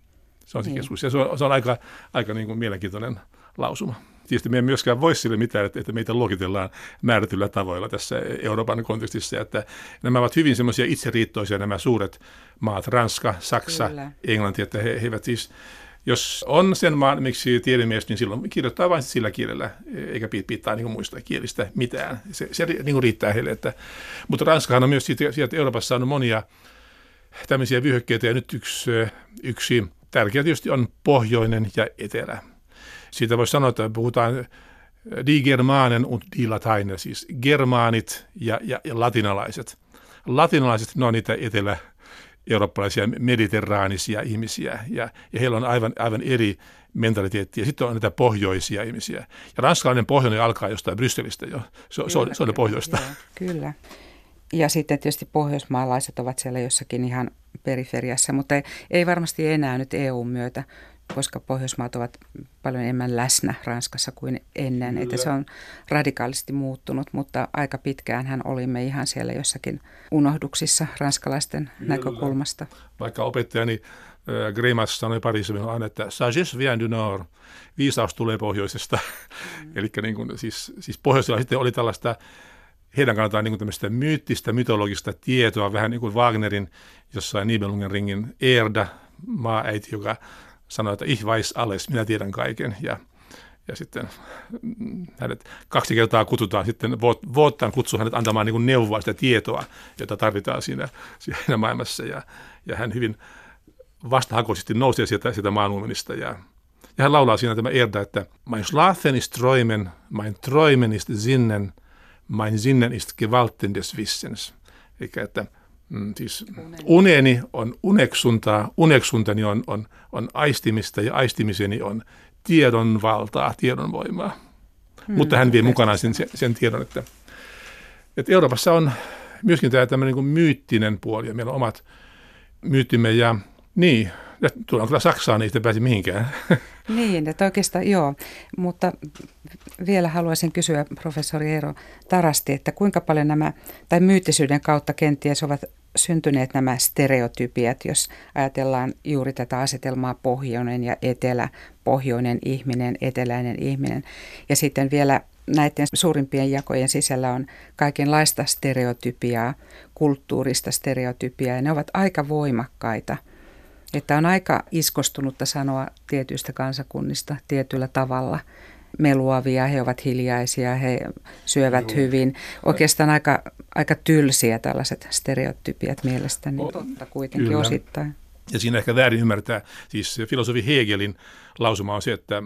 Se on se niin. Keskus. Ja se on, se on aika, aika niin kuin mielenkiintoinen lausuma. Tietysti me ei myöskään voi sille mitään, että, että meitä luokitellaan määrätyllä tavoilla tässä Euroopan kontekstissa. Että nämä ovat hyvin semmoisia itseriittoisia nämä suuret maat, Ranska, Saksa, Kyllä. Englanti, että he, he eivät siis, jos on sen maan, miksi tiedemies, niin silloin kirjoittaa vain sillä kielellä, eikä piittaa niin kuin muista kielistä mitään. Se, se niin kuin riittää heille. Että, mutta Ranskahan on myös siitä, siitä Euroopassa on monia tämmöisiä vyöhykkeitä, ja nyt yksi, yksi tärkeä tietysti on pohjoinen ja etelä. Siitä voisi sanoa, että puhutaan die Germanen und die Lateiner, siis germaanit ja, ja, ja latinalaiset. Latinalaiset, ne on niitä etelä-eurooppalaisia mediterraanisia ihmisiä, ja, ja heillä on aivan, aivan eri mentaliteettiä. Sitten on niitä pohjoisia ihmisiä. Ja ranskalainen pohjoinen alkaa jostain Brysselistä jo, se, kyllä, se, on, se on pohjoista. Joo, kyllä. Ja sitten tietysti pohjoismaalaiset ovat siellä jossakin ihan periferiassa, mutta ei, ei varmasti enää nyt E U:n myötä, koska Pohjoismaat ovat paljon enemmän läsnä Ranskassa kuin ennen. Että se on radikaalisti muuttunut, mutta aika pitkäänhän olimme ihan siellä jossakin unohduksissa ranskalaisten Kyllä. näkökulmasta. Vaikka opettajani äh, Grimas sanoi Pariisissa minulle aina, että sagesse vient du nord, viisaus tulee pohjoisesta. Mm. Eli niin kuin, siis, siis pohjoisella sitten oli tällaista, heidän kannaltaan niin kuin tämmöistä myyttistä, mytologista tietoa, vähän niin kuin Wagnerin jossain Nibelungenringin Erda, maaäiti, joka sanoi, että ich weiß alles, minä tiedän kaiken. Ja, ja sitten hänet kaksi kertaa kutsutaan, sitten Voottaan kutsuu hänet antamaan niin kuin neuvoa, sitä tietoa, jota tarvitaan siinä, siinä maailmassa. Ja, ja hän hyvin vastahakoisesti nousee sieltä, sieltä maanuumenista. Ja, ja hän laulaa siinä tämä Erda, että mein Schlafen ist Träumen, mein Träumen ist Sinnen, mein Sinnen ist Gewalten des Wissens. Eli että Mm, siis uneni on uneksuntaa, uneksuntani on, on, on aistimista ja aistimiseni on tiedon valtaa, tiedon voimaa. Hmm, Mutta hän vie mukanaan sen, sen tiedon, että, että Euroopassa on myöskin tämä tämmöinen niin kuin myyttinen puoli ja meillä on omat myyttimme ja niin, ja tullaan kyllä Saksaan, niin ei pääse mihinkään. Niin, että oikeastaan joo, mutta vielä haluaisin kysyä professori Eero Tarasti, että kuinka paljon nämä, tai myyttisyyden kautta kenties ovat syntyneet nämä stereotypiat, jos ajatellaan juuri tätä asetelmaa pohjoinen ja etelä, pohjoinen ihminen, eteläinen ihminen. Ja sitten vielä näiden suurimpien jakojen sisällä on kaikenlaista stereotypiaa, kulttuurista stereotypiaa, ja ne ovat aika voimakkaita. Että on aika iskostunutta sanoa tietyistä kansakunnista tietyllä tavalla. Meluavia, he ovat hiljaisia, he syövät Joo. hyvin. Oikeastaan aika, aika tylsiä tällaiset stereotypiat mielestäni, o, totta kuitenkin kyllä. osittain. Ja siinä ehkä väärin ymmärtää, siis filosofi Hegelin lausuma on se, että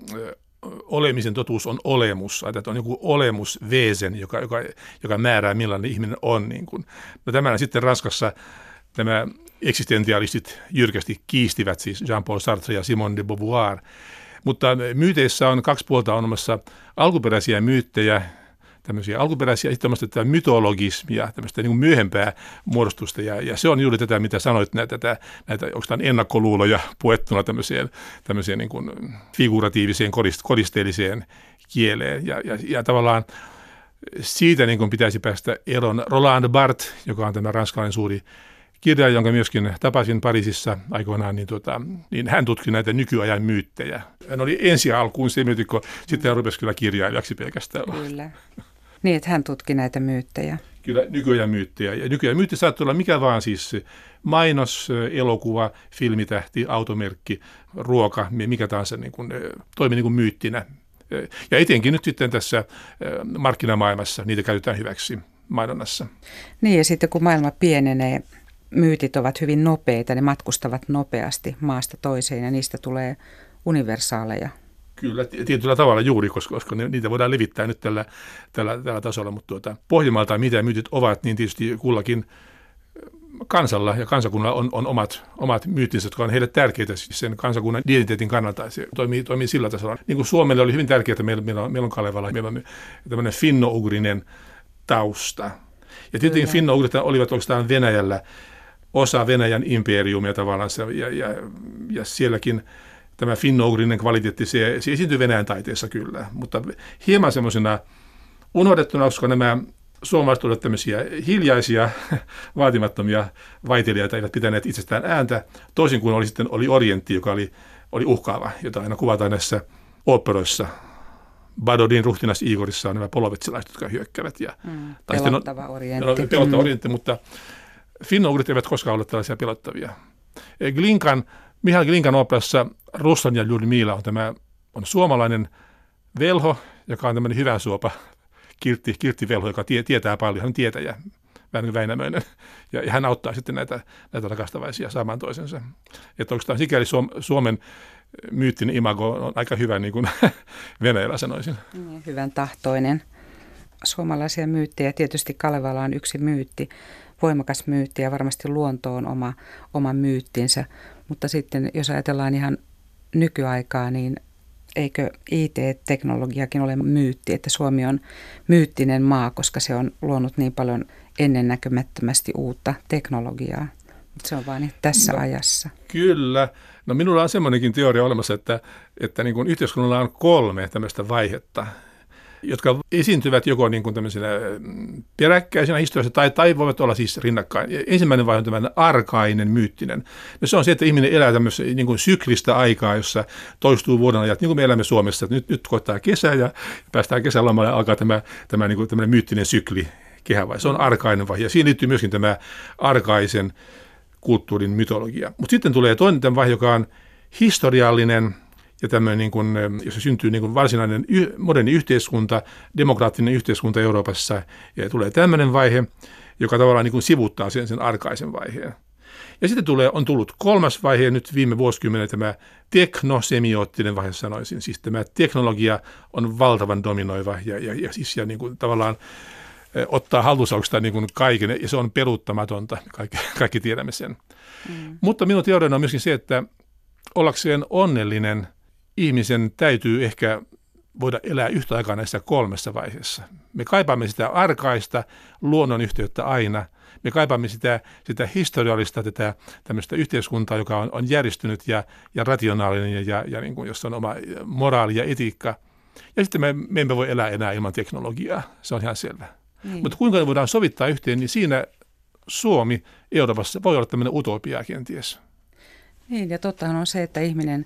olemisen totuus on olemus, että on joku olemusvesen, joka, joka, joka määrää millainen ihminen on. Niin kuin. No tämän sitten Ranskassa nämä eksistentialistit jyrkästi kiistivät, siis Jean-Paul Sartre ja Simone de Beauvoir. Mutta myyteissä on kaksi puolta, on olemassa alkuperäisiä myyttejä, tämmöisiä alkuperäisiä, sitten tämmöistä mytologismia, tämmöistä niin kuin myöhempää muodostusta. Ja, ja se on juuri tätä, mitä sanoit, näitä, näitä oikeastaan ennakkoluuloja puettuna tämmöiseen, tämmöiseen niin kuin figuratiiviseen, kodisteelliseen kieleen. Ja, ja, ja tavallaan siitä niin kuin pitäisi päästä eroon. Roland Barthes, joka on tämä ranskalainen suuri kirja, jonka myöskin tapasin Pariisissa aikoinaan, niin, tuota, niin hän tutki näitä nykyajan myyttejä. Hän oli ensi alkuun semiotikko, sitten hän rupesi kyllä kirjailijaksi pelkästään. Kyllä. Niin, että hän tutki näitä myyttejä. Kyllä, nykyään myyttejä. Ja nykyään myytti saattaa olla mikä vaan, siis mainos, elokuva, filmitähti, automerkki, ruoka, mikä tahansa niin kuin, toimii niin kuin myyttinä. Ja etenkin nyt sitten tässä markkinamaailmassa niitä käytetään hyväksi mainonnassa. Niin, ja sitten kun maailma pienenee, myytit ovat hyvin nopeita, ne matkustavat nopeasti maasta toiseen ja niistä tulee universaaleja. Kyllä, tietyllä tavalla juuri, koska, koska niitä voidaan levittää nyt tällä, tällä, tällä tasolla, mutta tuota, pohjimmaltaan mitä myytit ovat, niin tietysti kullakin kansalla ja kansakunnalla on, on omat, omat myyttinsä, jotka on heille tärkeitä siis sen kansakunnan identiteetin kannalta. Se toimii, toimii sillä tasolla. Niin kuin Suomelle oli hyvin tärkeää, että meillä, meillä, on, meillä on Kalevala, meillä on tämmöinen finno-ugrinen tausta. Ja tietenkin finno-ugrit olivat oikeastaan Venäjällä osa Venäjän imperiumia tavallaan, ja, ja, ja sielläkin tämä finno-ugrinen kvaliteetti, se, se esiintyy Venäjän taiteessa kyllä, mutta hieman semmoisena unohdettuna, koska nämä suomalaiset olivat tämmöisiä hiljaisia, vaatimattomia vaitelijoita, eivät pitäneet itsestään ääntä, toisin kuin oli sitten oli orientti, joka oli, oli uhkaava, jota aina kuvataan näissä oopperoissa. Badodin ruhtinas Igorissa on nämä polovitsilaiset, jotka hyökkäävät. Ja, mm, pelottava orientti. No, pelottava mm. orientti, mutta finno-ugrit eivät koskaan ole tällaisia pelottavia. Glinkan, Mihail Glinkan oopperassa Ruslan ja Ljudmila on tämä on suomalainen velho, joka on tämmöinen hyvän suopa Kirtti, Kirtti velho, joka tie, tietää paljon, hän on tietäjä, vähän niin kuin Väinämöinen, ja, ja hän auttaa sitten näitä, näitä rakastavaisia saamaan toisensa. Että oikeastaan sikäli Suom, Suomen myyttinen imago on aika hyvä, niin kuin Venäjällä sanoisin. Hyvän tahtoinen. Suomalaisia myyttejä, tietysti Kalevala on yksi myytti, voimakas myytti ja varmasti luonto on oma, oma myyttinsä, mutta sitten jos ajatellaan ihan nykyaikaa, niin eikö I T-teknologiakin ole myytti, että Suomi on myyttinen maa, koska se on luonut niin paljon ennennäkemättömästi uutta teknologiaa. Mutta se on vain tässä no, ajassa. Kyllä. No minulla on semmoinenkin teoria olemassa, että, että niin kuin yhteiskunnalla on kolme tämmöistä vaihetta, jotka esiintyvät joko niin kuin tämmöisenä peräkkäisenä historiassa tai, tai voivat olla siis rinnakkain. Ensimmäinen vaihe on tämmöinen arkainen, myyttinen. No se on se, että ihminen elää tämmöistä niin kuin syklistä aikaa, jossa toistuu vuoden ajat, niin kuin me elämme Suomessa, että nyt, nyt koittaa kesä ja päästään kesälomalle ja alkaa tämä, tämä niin kuin tämmöinen myyttinen sykli, kehävaihe. Se on arkainen vaihe ja siihen liittyy myöskin tämä arkaisen kulttuurin mytologia. Mutta sitten tulee toinen vaihe, joka on historiallinen, ja tämmöinen, niin kuin, jossa syntyy niin kuin varsinainen moderni yhteiskunta, demokraattinen yhteiskunta Euroopassa, ja tulee tämmöinen vaihe, joka tavallaan niin kuin sivuuttaa sen, sen arkaisen vaiheen. Ja sitten tulee, on tullut kolmas vaihe, nyt viime vuosikymmenen tämä teknosemiottinen vaihe sanoisin, siis tämä teknologia on valtavan dominoiva, ja, ja, ja, siis, ja niin kuin tavallaan ottaa haltuunsauksesta niin kuin kaiken, ja se on peruuttamatonta, kaikki, kaikki tiedämme sen. Mm. Mutta minun teoriani on myöskin se, että ollakseen onnellinen ihmisen täytyy ehkä voida elää yhtä aikaa näissä kolmessa vaiheessa. Me kaipaamme sitä arkaista luonnonyhteyttä aina. Me kaipaamme sitä, sitä historiallista tätä tämmöistä yhteiskuntaa, joka on, on järjestynyt ja, ja rationaalinen ja, ja, ja niin kuin, jossa on oma moraali ja etiikka. Ja sitten me, me emme voi elää enää ilman teknologiaa. Se on ihan selvä. Niin. Mutta kuinka ne voidaan sovittaa yhteen, niin siinä Suomi Euroopassa voi olla tämmöinen utopia kenties. Niin, ja tottahan on se, että ihminen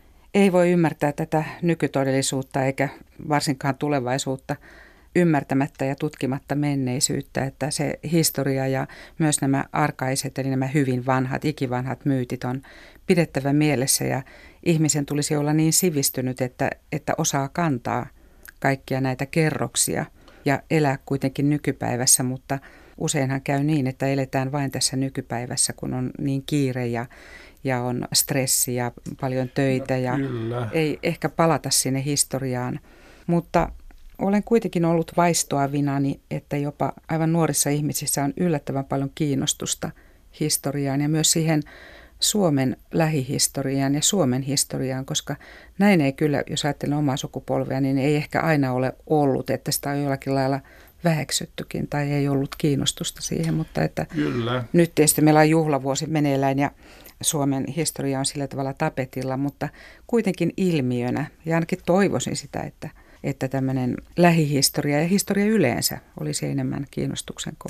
ei voi ymmärtää tätä nykytodellisuutta eikä varsinkaan tulevaisuutta ymmärtämättä ja tutkimatta menneisyyttä, että se historia ja myös nämä arkaiset eli nämä hyvin vanhat, ikivanhat myytit on pidettävä mielessä ja ihmisen tulisi olla niin sivistynyt, että, että osaa kantaa kaikkia näitä kerroksia ja elää kuitenkin nykypäivässä, mutta useinhan käy niin, että eletään vain tässä nykypäivässä, kun on niin kiire ja ja on stressi ja paljon töitä ja no, ei ehkä palata sinne historiaan. Mutta olen kuitenkin ollut vaistoavinani, että jopa aivan nuorissa ihmisissä on yllättävän paljon kiinnostusta historiaan ja myös siihen Suomen lähihistoriaan ja Suomen historiaan, koska näin ei kyllä, jos ajattelen omaa sukupolvea, niin ei ehkä aina ole ollut, että sitä on jollakin lailla väheksyttykin tai ei ollut kiinnostusta siihen, mutta että kyllä. Nyt tietysti meillä on juhlavuosi meneillään ja Suomen historia on sillä tavalla tapetilla, mutta kuitenkin ilmiönä ja ainakin toivoisin sitä, että, että tämmöinen lähihistoria ja historia yleensä olisi enemmän kiinnostuksen kohde.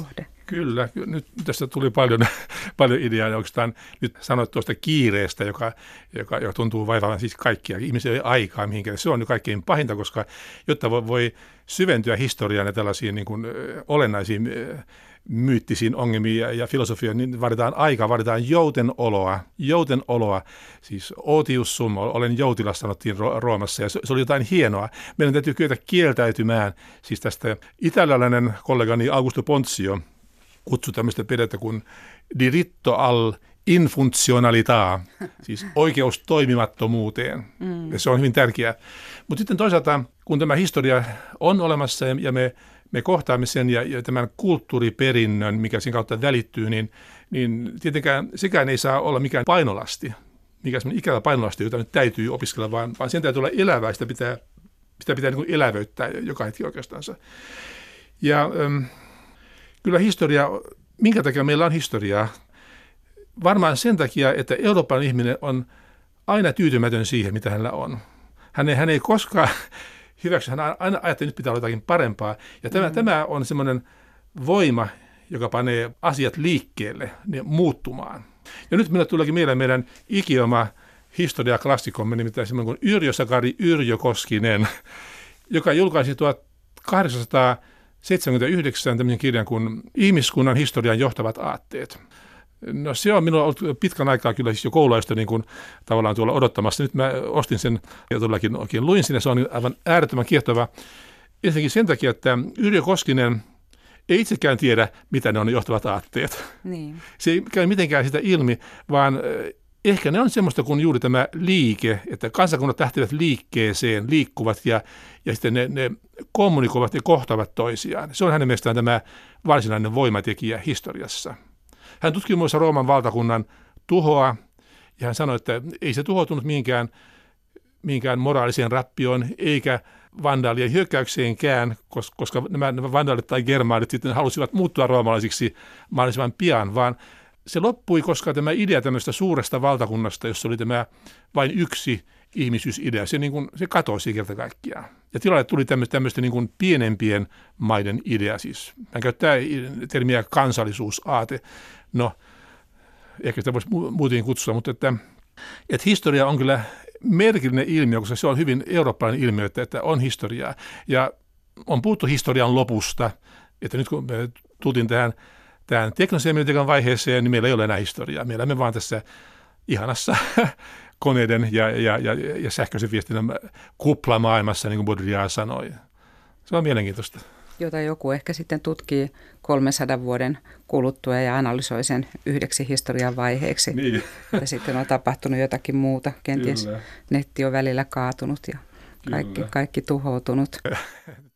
Kyllä, nyt tästä tuli paljon, paljon ideaa. Oikeastaan nyt sanoit tuosta kiireestä, joka, joka, joka tuntuu vaivaavan siis kaikkia. Ihmisillä ei aikaa mihinkään. Se on jo kaikkein pahinta, koska jotta voi, voi syventyä historiaan ja tällaisiin niin kuin, olennaisiin myyttisiin ongelmiin ja, ja filosofioon, niin vaaditaan aikaa, vaaditaan joutenoloa. Joutenoloa, siis otius sum, olen joutilas, sanottiin Roomassa, ja se, se oli jotain hienoa. Meidän täytyy kyetä kieltäytymään, siis tästä italialainen kollegani Augusto Ponzio kutsui tämmöistä pidettä kuin diritto al infunzionalità, siis oikeus toimimattomuuteen. Mm. Ja se on hyvin tärkeää. Mutta sitten toisaalta, kun tämä historia on olemassa ja me me kohtaamme sen ja, ja tämän kulttuuriperinnön, mikä sen kautta välittyy, niin, niin tietenkään sekään ei saa olla mikään painolasti, mikä semmoinen ikävä painolasti, jota nyt täytyy opiskella, vaan, vaan sen täytyy olla elävää, sitä pitää, sitä pitää niin kuin elävöittää joka hetki oikeastaan. Ja ähm, kyllä historia, minkä takia meillä on historiaa? Varmaan sen takia, että Euroopan ihminen on aina tyytymätön siihen, mitä hänellä on. Hän ei, hän ei koskaan hyväksy, hän aina ajattelee, että nyt pitää olla jotakin parempaa. Ja tämä, mm. tämä on semmoinen voima, joka panee asiat liikkeelle, niin muuttumaan. Ja nyt minulle tuleekin mieleen meidän ikioma historiaklassikomme, nimittäin semmoinen kuin Yrjö Sakari Yrjö Koskinen, joka julkaisi tuhatkahdeksansataaseitsemänkymmentäyhdeksän tämmöisen kirjan kuin Ihmiskunnan historian johtavat aatteet. No se on minulla ollut pitkän aikaa kyllä siis jo koululaista niin kuin tavallaan tuolla odottamassa. Nyt mä ostin sen ja todellakin oikein luin sinne. Se on aivan äärettömän kiehtova. Ensinnäkin sen takia, että Yrjö Koskinen ei itsekään tiedä, mitä ne on ne johtavat aatteet. Niin. Se ei käy mitenkään sitä ilmi, vaan ehkä ne on semmoista kuin juuri tämä liike, että kansakunnat lähtevät liikkeeseen, liikkuvat ja, ja sitten ne, ne kommunikoivat ja kohtaavat toisiaan. Se on hänen mielestään tämä varsinainen voimatekijä historiassa. Hän tutki muun muassa Rooman valtakunnan tuhoa, ja hän sanoi, että ei se tuhoutunut mihinkään, mihinkään moraaliseen rappioon, eikä vandaalien hyökkäykseenkään, koska nämä, nämä vandaalit tai germaanit sitten halusivat muuttua roomalaisiksi mahdollisimman pian, vaan se loppui, koska tämä idea tämmöistä suuresta valtakunnasta, jossa oli tämä vain yksi ihmisyysidea, se, niin kuin, se katosi kerta kaikkiaan. Ja tilalle tuli tämmöistä, tämmöistä niin kuin pienempien maiden idea, siis hän käyttää termiä kansallisuusaate. No, ehkä sitä voisi muutenkin kutsua, mutta että, että historia on kyllä merkillinen ilmiö, koska se on hyvin eurooppalainen ilmiö, että, että on historiaa. Ja on puhuttu historian lopusta, että nyt kun me tultiin tähän, tähän teknosemiotiikan vaiheeseen, niin meillä ei ole enää historiaa. Me elämme vaan tässä ihanassa koneiden ja, ja, ja, ja sähköisen viestinnän kuplamaailmassa, niin kuin Baudrillard sanoi. Se on mielenkiintoista. Jota joku ehkä sitten tutkii kolmensadan vuoden kuluttua ja analysoi sen yhdeksi historian vaiheeksi. Niin. Ja sitten on tapahtunut jotakin muuta. Kenties Kyllä. netti on välillä kaatunut ja kaikki, kaikki tuhoutunut.